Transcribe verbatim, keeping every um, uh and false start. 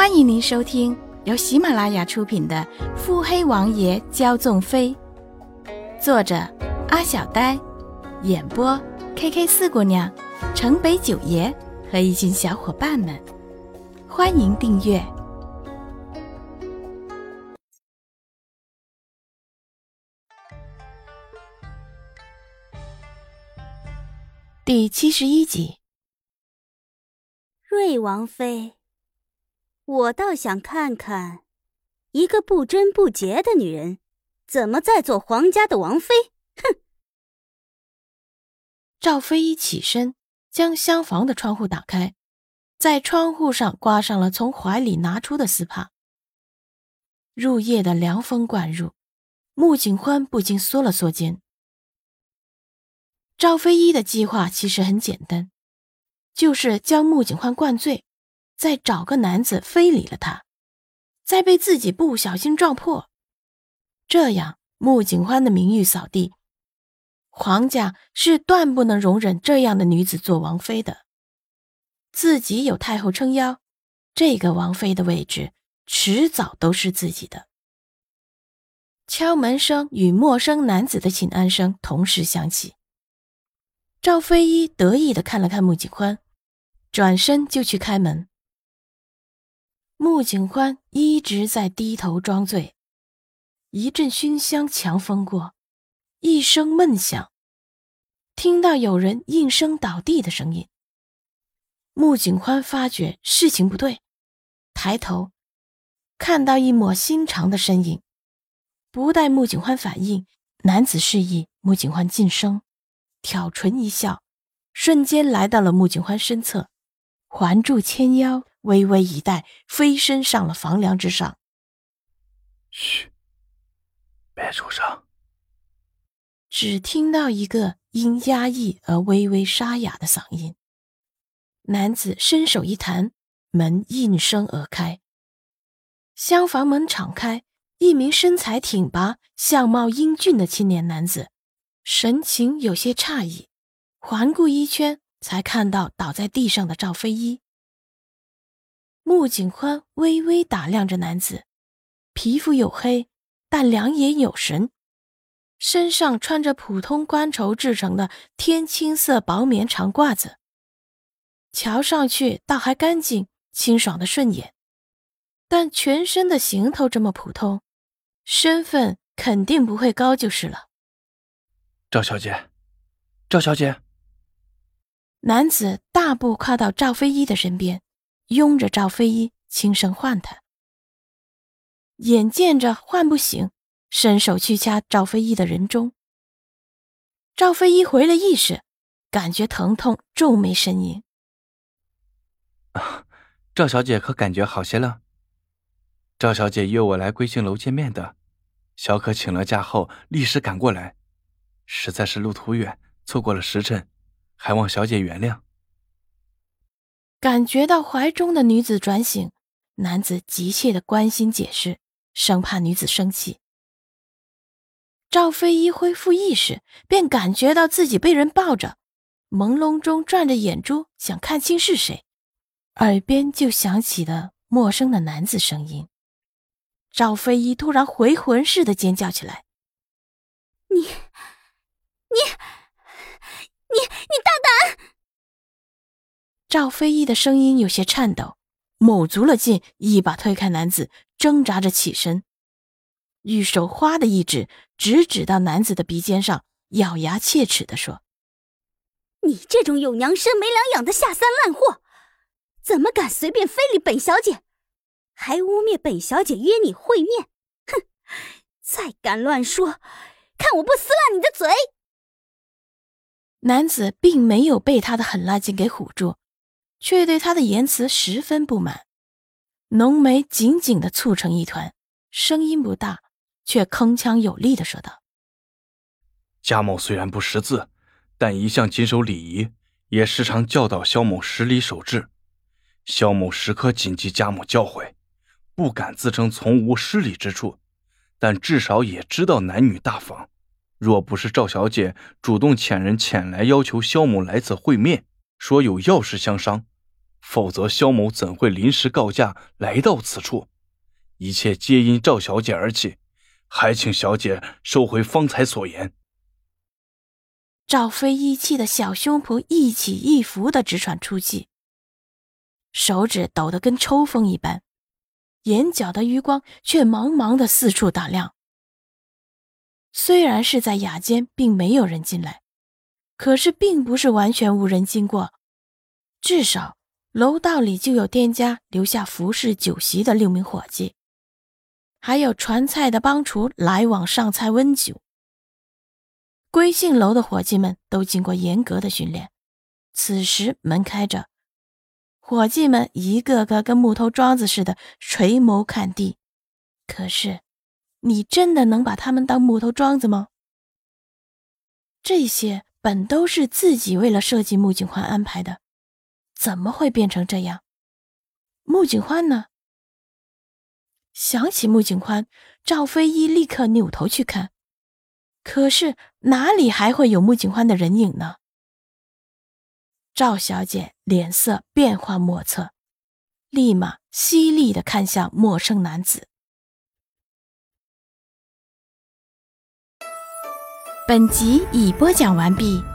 欢迎您收听由喜马拉雅出品的《腹黑王爷骄纵妃》，作者阿小呆，演播 K K 四姑娘、城北九爷和一群小伙伴们。欢迎订阅。第七十一集。 瑞王妃，我倒想看看，一个不贞不洁的女人，怎么再做皇家的王妃？哼！ 赵飞一起身，将厢房的窗户打开，在窗户上挂上了从怀里拿出的丝帕。入夜的凉风灌入，穆景欢不禁缩了缩肩。赵飞一的计划其实很简单，就是将穆景欢灌醉，再找个男子非礼了他，再被自己不小心撞破，这样穆景欢的名誉扫地。皇家是断不能容忍这样的女子做王妃的。自己有太后撑腰，这个王妃的位置迟早都是自己的。敲门声与陌生男子的请安声同时响起。赵飞一得意地看了看穆景欢，转身就去开门。穆景欢一直在低头装醉，一阵熏香强风过，一声闷响，听到有人应声倒地的声音。穆景欢发觉事情不对，抬头看到一抹心长的身影，不待穆景欢反应，男子示意穆景欢噤声，挑唇一笑，瞬间来到了穆景欢身侧，环住纤腰，微微一带，飞身上了房梁之上。 嘘，别出声。 只听到一个因压抑而微微沙哑的嗓音。男子伸手一弹，门应声而开。厢房门敞开，一名身材挺拔、相貌英俊的青年男子，神情有些诧异，环顾一圈，才看到倒在地上的赵飞一。穆景欢微微打量着男子，皮肤黝黑，但两眼有神，身上穿着普通官绸制成的天青色薄棉长褂子，瞧上去倒还干净清爽的顺眼，但全身的行头这么普通，身份肯定不会高就是了。 赵小姐，赵小姐。 男子大步跨到赵飞一的身边，拥着赵飞一轻声唤他。眼见着唤不醒，伸手去掐赵飞一的人中。赵飞一回了意识，感觉疼痛，皱眉呻吟。 啊，赵小姐可感觉好些了？赵小姐约我来贵姓楼见面的，小可请了假后立时赶过来，实在是路途远，错过了时辰，还望小姐原谅。 感觉到怀中的女子转醒，男子急切地关心解释，生怕女子生气。赵飞一恢复意识，便感觉到自己被人抱着，朦胧中转着眼珠，想看清是谁，耳边就响起了陌生的男子声音。赵飞一突然回魂似的尖叫起来： 你你你你大胆！ 赵飞一的声音有些颤抖，卯足了劲，一把推开男子，挣扎着起身，玉手哗的一指，直指到男子的鼻尖上，咬牙切齿地说： 你这种有娘生没娘养的下三滥货，怎么敢随便非礼本小姐，还污蔑本小姐约你会面？哼！再敢乱说，看我不撕烂你的嘴！ 男子并没有被他的狠辣劲给唬住，却对他的言辞十分不满，浓眉紧紧地蹙成一团，声音不大，却铿锵有力地说道： 家某虽然不识字，但一向谨守礼仪，也时常教导萧某十礼守制。萧某时刻谨记家母教诲，不敢自称从无失礼之处，但至少也知道男女大防。若不是赵小姐主动遣人前来要求萧某来此会面，说有要事相商， 否则萧某怎会临时告假来到此处？一切皆因赵小姐而起，还请小姐收回方才所言。 赵飞一气的小胸脯一起一伏的直喘粗气，手指抖得跟抽风一般，眼角的余光却茫茫的四处打量。虽然是在雅间并没有人进来，可是并不是完全无人经过，至少楼道里就有店家留下服侍酒席的六名伙计，还有传菜的帮厨来往上菜温酒。归姓楼的伙计们都经过严格的训练，此时门开着，伙计们一个个跟木头桩子似的垂眸看地。可是你真的能把他们当木头桩子吗？这些本都是自己为了设计穆景欢安排的，怎么会变成这样？穆景欢呢？想起穆景欢，赵飞一立刻扭头去看，可是哪里还会有穆景欢的人影呢？赵小姐脸色变化莫测，立马犀利地看向陌生男子。本集已播讲完毕。